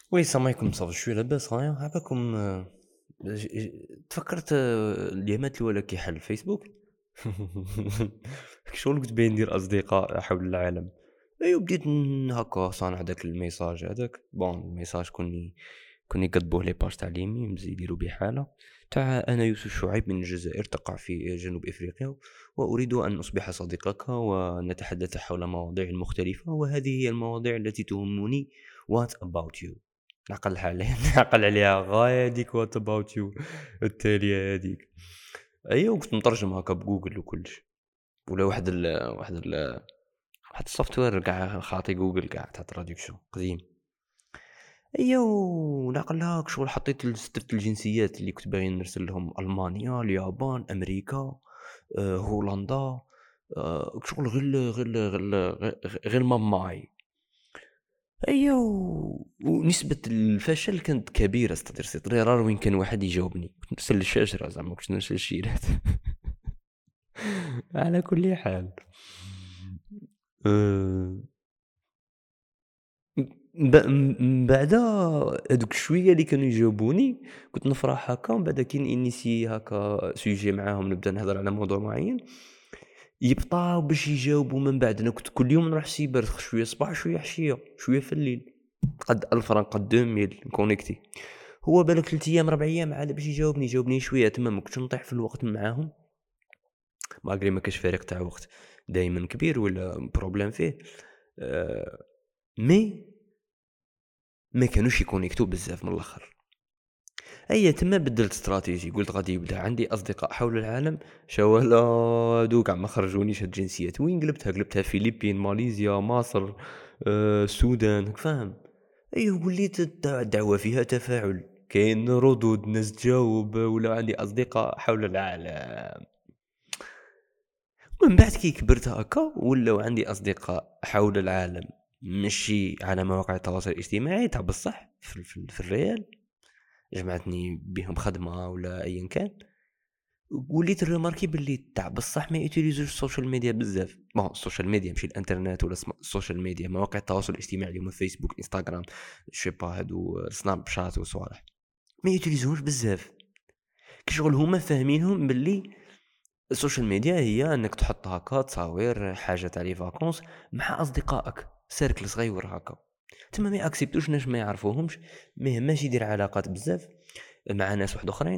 وي السلام عليكم صافي شويه لاباس غايا عافاكم تفكرت اليامات الاولى كيحل الفيسبوك شغل كنت باين ندير اصدقاء حول العالم. ايوا بديت هكا صانع داك الميساج هذاك بون الميساج كوني كتبوه لي باج تاع ليمي يديروا بيه حاله تاع انا يوسف شعيب من الجزائر تقع في جنوب افريقيا واريد ان اصبح صديقك ونتحدث حول مواضيع مختلفه وهذه هي المواضيع التي تهمني. what about you. نعقل عليها نعقل عليها غاية هذيك وات اباوت يو التالية هذيك. ايوا كنت مترجم هكا بجوجل وكلش ولا واحد السوفتوير كاع خاطي جوجل كاع تاع تراديكسيون قديم. ايوا نعقلها شغل حطيت سترت الجنسيات اللي كنت باغي نرسل لهم المانيا اليابان امريكا هولندا شغل غير ماماي. أيوه، ونسبة الفشل كانت كبيرة ستادير سي طري رار وين كان واحد يجاوبني، كنت نرسل للشاشرة زعما ما كنتش نرسل للشيرات. على كل حال آآ من بعدا هادوك الشوية اللي كانوا يجاوبوني كنت نفرح هاكا ومن بعدا كي نينيسيي هاكا sujet معاهم نبدا نهضر على موضوع معين يبطاو باش يجاوبوا من بعد. أنا كنت كل يوم نروح سيبر شوية صباح شوية عشية شوية في الليل قد 1000 فرنك قد 2000 نكونيكتي. هو بالك 3 أيام 4 أيام عاد باش يجاوبني شوية تما ما كنتش نطيح في الوقت معاهم مالغري ما كاش فارق تاع وقت دايما كبير ولا بروبليم فيه. مي ما كانوش يكونيكتو بزاف من الاخر. هيا تما بدلت استراتيجي قلت غادي يبدا عندي اصدقاء حول العالم شوالا دوك ما خرجونيش هاد الجنسيات وين قلبتها فيليبين ماليزيا مصر السودان فاهم. ايوه وليت الدعوة فيها تفاعل كاين ردود ناس تجاوب ولا عندي اصدقاء حول العالم. ومن بعد كي كبرت هكا ولاو عندي اصدقاء حول العالم ماشي على مواقع التواصل الاجتماعي تاع بصح في الريال جمعتني بهم خدمه ولا ايا كان. وليت ريماركي باللي تاع بصح ما يوتيليزوش السوشيال ميديا بزاف بون السوشيال ميديا ماشي الانترنت ولا السوشيال ميديا مواقع التواصل الاجتماعي اللي هما فيسبوك انستغرام شيبا هادو سناب شات وصوالح ما يوتيليزوهمش بزاف. كي شغل هما فاهمينهم باللي السوشيال ميديا هي انك تحط هكا تصاوير حاجه تاع لي فاكونس مع اصدقائك سيركل صغير هكا تما ما اكسبتوش ناس ما يعرفوهمش ما يهمش يدير علاقات بزاف مع ناس واحد اخرين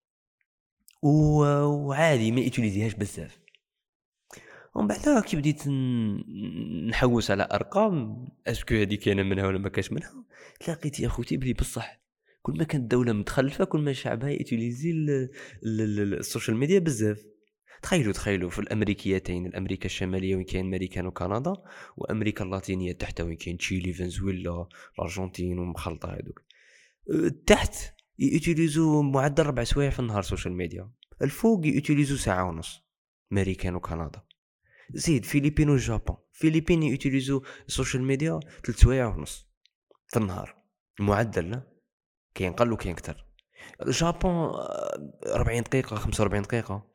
وعادي ما يوتيليزيهاش بزاف. ومن بعد كي بديت نحوس على ارقام اسكو هذه كاينه منها ولا ما كاش منها لقيت يا خوتي بلي بصح كل ما كانت الدوله متخلفه كل ما شعبها يوتيليزي السوشيال ميديا بزاف. تخيلوا في الامريكيتين الامريكا الشماليه وين كاين امريكان وكندا وامريكا اللاتينيه تحت وين كاين تشيلي فنزويلا الارجنتين ومخلطه هذوك تحت يوتيليزو معدل 4 سوايع في النهار سوشيال ميديا الفوق يوتيليزو ساعه ونص امريكان وكندا. زيد فيليبين والجابون فيليبين يوتيليزو السوشيال ميديا 3 سوايع ونص في النهار المعدل لا كاين قل وكاين كتر. الجابون 40 دقيقه 45 دقيقه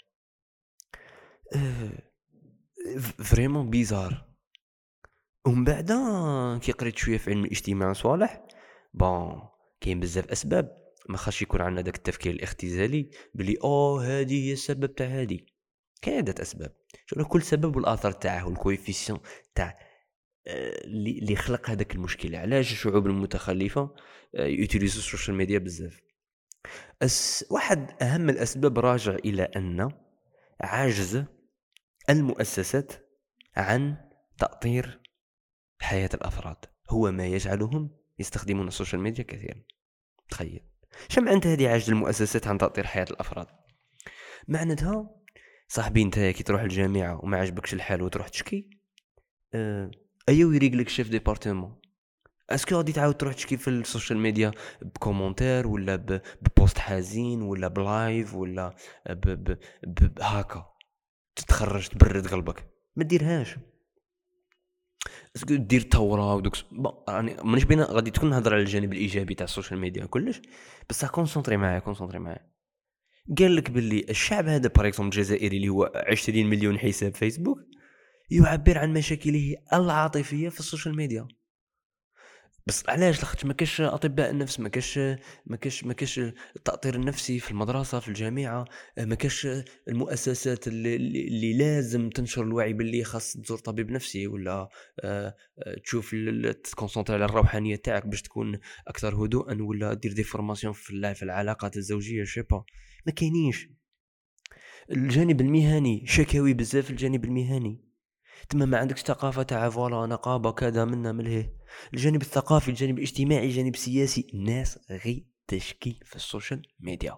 فريمون بيزار. ومن بعد كي قريت شويه في علم الاجتماع وصوالح بون كاين بزاف اسباب ما خاصش يكون عندنا داك التفكير الاختزالي بلي هذه هي السبب تاع هذه. كاين عده اسباب شوف كل سبب والاثر تاعه والكويفيسيون تاع اللي خلق هذاك المشكل علاش الشعوب المتخلفه يوتيليزو السوشيال ميديا بزاف. واحد اهم الاسباب راجع الى ان عجز المؤسسات عن تأطير حياة الأفراد هو ما يجعلهم يستخدمون السوشيال ميديا كثيرا. تخيل شمع أنت هذه عجز المؤسسات عن تأطير حياة الأفراد معناتها صاحبي انت كي تروح الجامعة وما عجبكش الحال وتروح تشكي ايو يريقلك شيف ديبارتمون اسكو غادي تعاود تروح تشكي في السوشيال ميديا بكومونتير ولا ببوست حزين ولا بلايف ولا هاكا تتخرج تبرد قلبك ما ديرهاش. اسكو دير ثوره ودوك يعني مانيش بينا غادي تكون نهضر على الجانب الايجابي تاع السوشيال ميديا كلش بصح كونسونطري معايا. قال لك باللي الشعب هذا بار اكزومبل الجزائري اللي هو 20 مليون حساب فيسبوك يعبر عن مشاكله العاطفيه في السوشيال ميديا. بس علاش؟ لاخاطش ما كاش اطباء النفس، ما كاش التاطير النفسي في المدرسه في الجامعه، ما كاش المؤسسات اللي لازم تنشر الوعي باللي خاص تزور طبيب نفسي، ولا تشوف تكونسونطري على الروحانيه تاعك باش تكون اكثر هدوءا، ولا دير دي فورماسيون في العلاقات الزوجيه شيبا. ما كاينيش. الجانب المهني شكاوي بزاف، الجانب المهني تما ما عندكش ثقافة تاع فوالا نقابة كذا منا ملهيه. الجانب الثقافي، الجانب الاجتماعي، الجانب السياسي، الناس غي تشكي في السوشيال ميديا.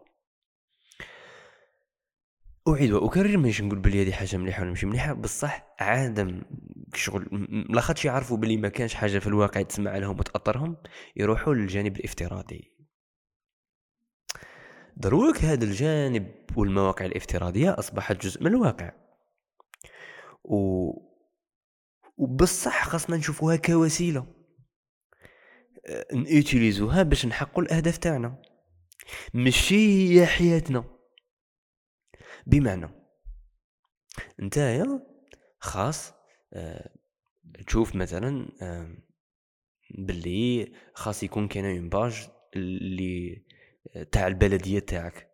أعيد وأكرر، مانيش نقول بلي هذه حاجة مليحة ولا مش مليحة، بصح عادم شغل لاخاطش يعرفوا بلي ما كانش حاجة في الواقع تسمع لهم وتأطرهم، يروحوا للجانب الافتراضي. دروك هذا الجانب والمواقع الافتراضية أصبحت جزء من الواقع، و... وبالصح خاصنا نشوفوها كوسيلة نيوتيليزوها باش نحققوا الاهداف تاعنا، ماشي هي حياتنا. بمعنى نتايا خاص تشوف مثلا باللي خاص يكون كاين اون باج اللي تاع البلديه تاعك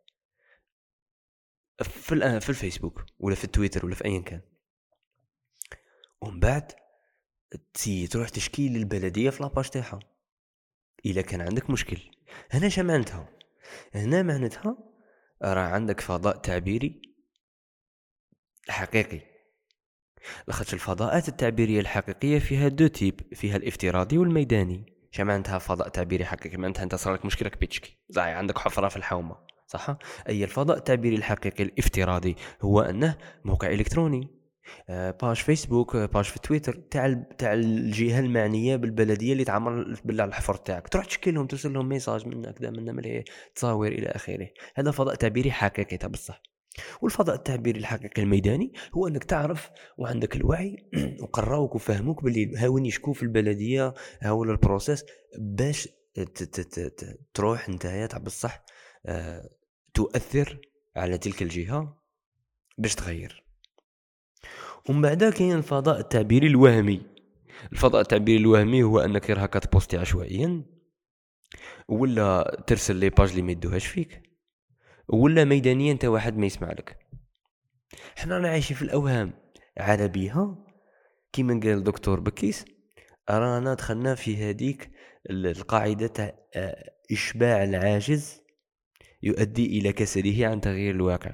في الفيسبوك ولا في التويتر ولا في ايا كان، ومن بعد تروح تشكي للبلديه في لاباج تاعها الا كان عندك مشكل. هنا شا معناتها؟ هنا معناتها راه عندك فضاء تعبيري حقيقي. لاخاطش الفضاءات التعبيريه الحقيقيه فيها دو تيب، فيها الافتراضي والميداني. شا معناتها فضاء تعبيري حقيقي؟ معناتها انت صار لك مشكلك بيتشكي زاي عندك حفره في الحومه، صح؟ اي الفضاء التعبيري الحقيقي الافتراضي هو انه موقع الكتروني، باج فيسبوك، باج في تويتر تاع الجهه المعنيه بالبلديه اللي تعمر بالله الحفر تاعك، تروح تشكي لهم، ترسل لهم ميساج من كذا من ملي تصاور الى اخره. هذا فضاء تعبيري حقيقي تاع بصح. والفضاء التعبيري الحقيقي الميداني هو انك تعرف وعندك الوعي وقراوك وفهموك باللي هاوني شكو في البلديه هاول البروسيس باش تروح نتايا تاع بصح تؤثر على تلك الجهه باش تغير. ومن بعد كاين الفضاء التعبيري الوهمي. الفضاء التعبيري الوهمي هو انك غير هكا تبوستي عشوائيا، ولا ترسل لي باج اللي ما يدوهاش فيك، ولا ميدانيا انت واحد ما يسمع لك. احنا رانا عايشين في الاوهام على بيها. كيما قال دكتور بكيس، رانا دخلنا في هذيك القاعدة تاع إشباع العاجز يؤدي إلى كسله عن تغيير الواقع.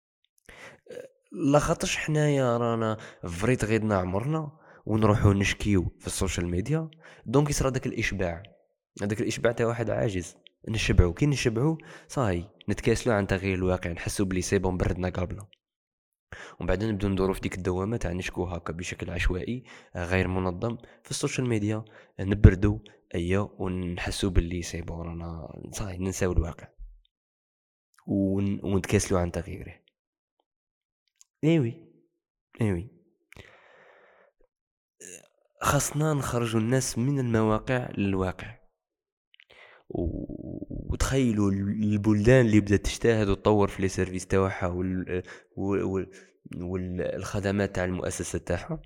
لا خاطرش حنايا رانا فريت غيدنا عمرنا ونروحو نشكيو في السوشيال ميديا، دونك يصرى داك الإشباع. هذاك الإشباع تاع واحد عاجز نشبعو، كي نشبعو صاي نتكاسلو عن تغيير الواقع، نحسو بلي سيبون بردنا قلبنا، ومن بعد نبدو ندورو في ديك الدوامه تاع نشكو هكا بشكل عشوائي غير منظم في السوشيال ميديا، نبردو ايا ونحسو باللي سي بون رانا صاي ننساو الواقع ونتكاسلو عن تغييره. ايوي ايوي، خاصنا نخرجوا الناس من المواقع للواقع. وتخيلوا البلدان اللي بدات تجتهد وتطور في لي سيرفيس تاعها والخدمات تاع المؤسسات تاعها،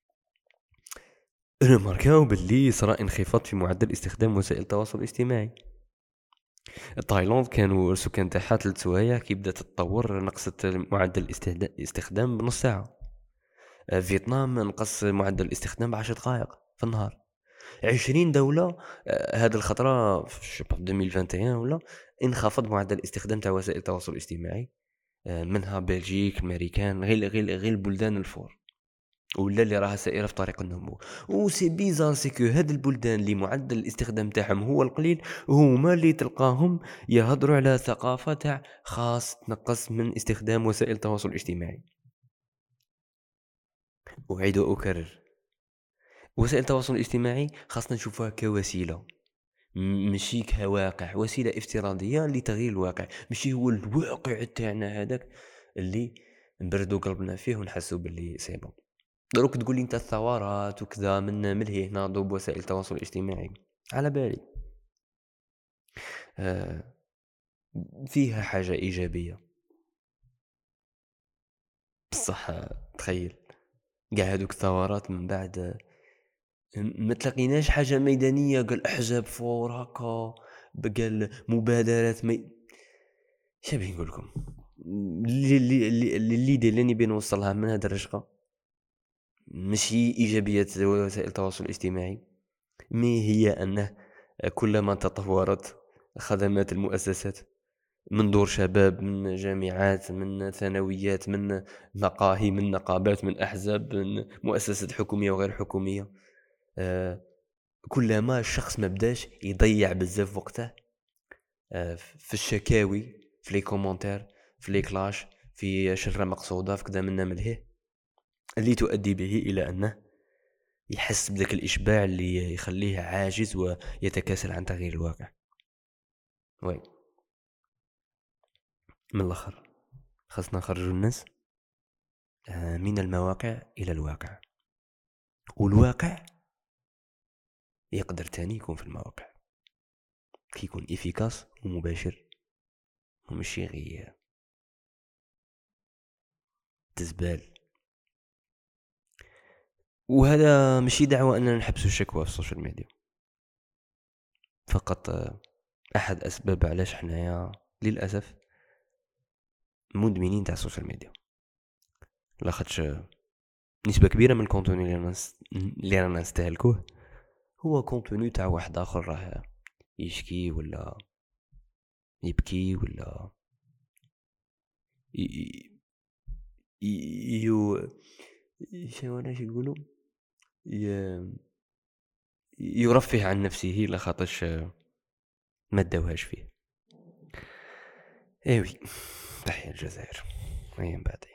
رماركاو باللي صرا انخفاض في معدل استخدام وسائل التواصل الاجتماعي. تايلاند كانوا السكان تاعها 3 سوايع، كي بدات تطور نقصت معدل الاستخدام بنص ساعه. فيتنام نقص معدل الاستخدام ب10 دقائق في النهار. 20 دولة هذه الخطرة في 2021 ولا انخفض معدل الاستخدام تاع وسائل التواصل الاجتماعي، منها بلجيك، امريكان، غير البلدان الفور ولا اللي راها سائره في طريق النمو. وسي بيزار سيكو هاد البلدان اللي معدل الاستخدام تاعهم هو القليل هما اللي تلقاهم يهضروا على ثقافه تاع خاص تنقص من استخدام وسائل التواصل الاجتماعي. اعيد واكرر، وسائل التواصل الاجتماعي خاصنا نشوفوها كوسيله، ماشي كواقع، وسيله افتراضيه لتغيير الواقع، ماشي هو الواقع تاعنا هذاك اللي نبردو قلبنا فيه ونحسو باللي سي بون. دروك تقول لي انت الثورات وكذا من هي هنا ضوب وسائل التواصل الاجتماعي، على بالي آه فيها حاجة إيجابية بصح. تخيل قاع هذوك الثورات من بعد ما تلاقيناش حاجة ميدانية قال أحزاب فور هكا، قال مبادرات شبيه نقول لكم اللي دي اللي نبي نوصلها من هذا الرشقة ماشي إيجابيات وسائل التواصل الاجتماعي، مي هي أنه كلما تطورت خدمات المؤسسات من دور شباب، من جامعات، من ثانويات، من مقاهي، من نقابات، من أحزاب، من مؤسسات حكومية وغير حكومية، كلما الشخص ما بداش يضيع بزاف وقته في الشكاوي، في لي كومونتير، في لي كلاش، في شرة مقصودة، في كذا منا ملهيه، اللي تؤدي به إلى أنه يحس بذاك الإشباع اللي يخليه عاجز ويتكاسل عن تغيير الواقع. وي من الآخر خاصنا نخرجوا الناس من المواقع إلى الواقع، والواقع يقدر تاني يكون في المواقع كي يكون إفيكاس ومباشر ومشي غير تزبال. وهذا ماشي دعوة أننا نحبسوا الشكوى في السوشيال ميديا، فقط أحد أسباب علاش حنايا للأسف مدمنين تاع السوشيال ميديا، لاخاطش نسبة كبيرة من الكونتوني اللي رانا نستهلكوه هو كونتوني تاع واحد آخر راه يشكي ولا يبكي ولا شنو يقولوا يرفه عن نفسه لخاطرش ما داوهاش فيه. ايوي تحية الجزائر، ايام بعد.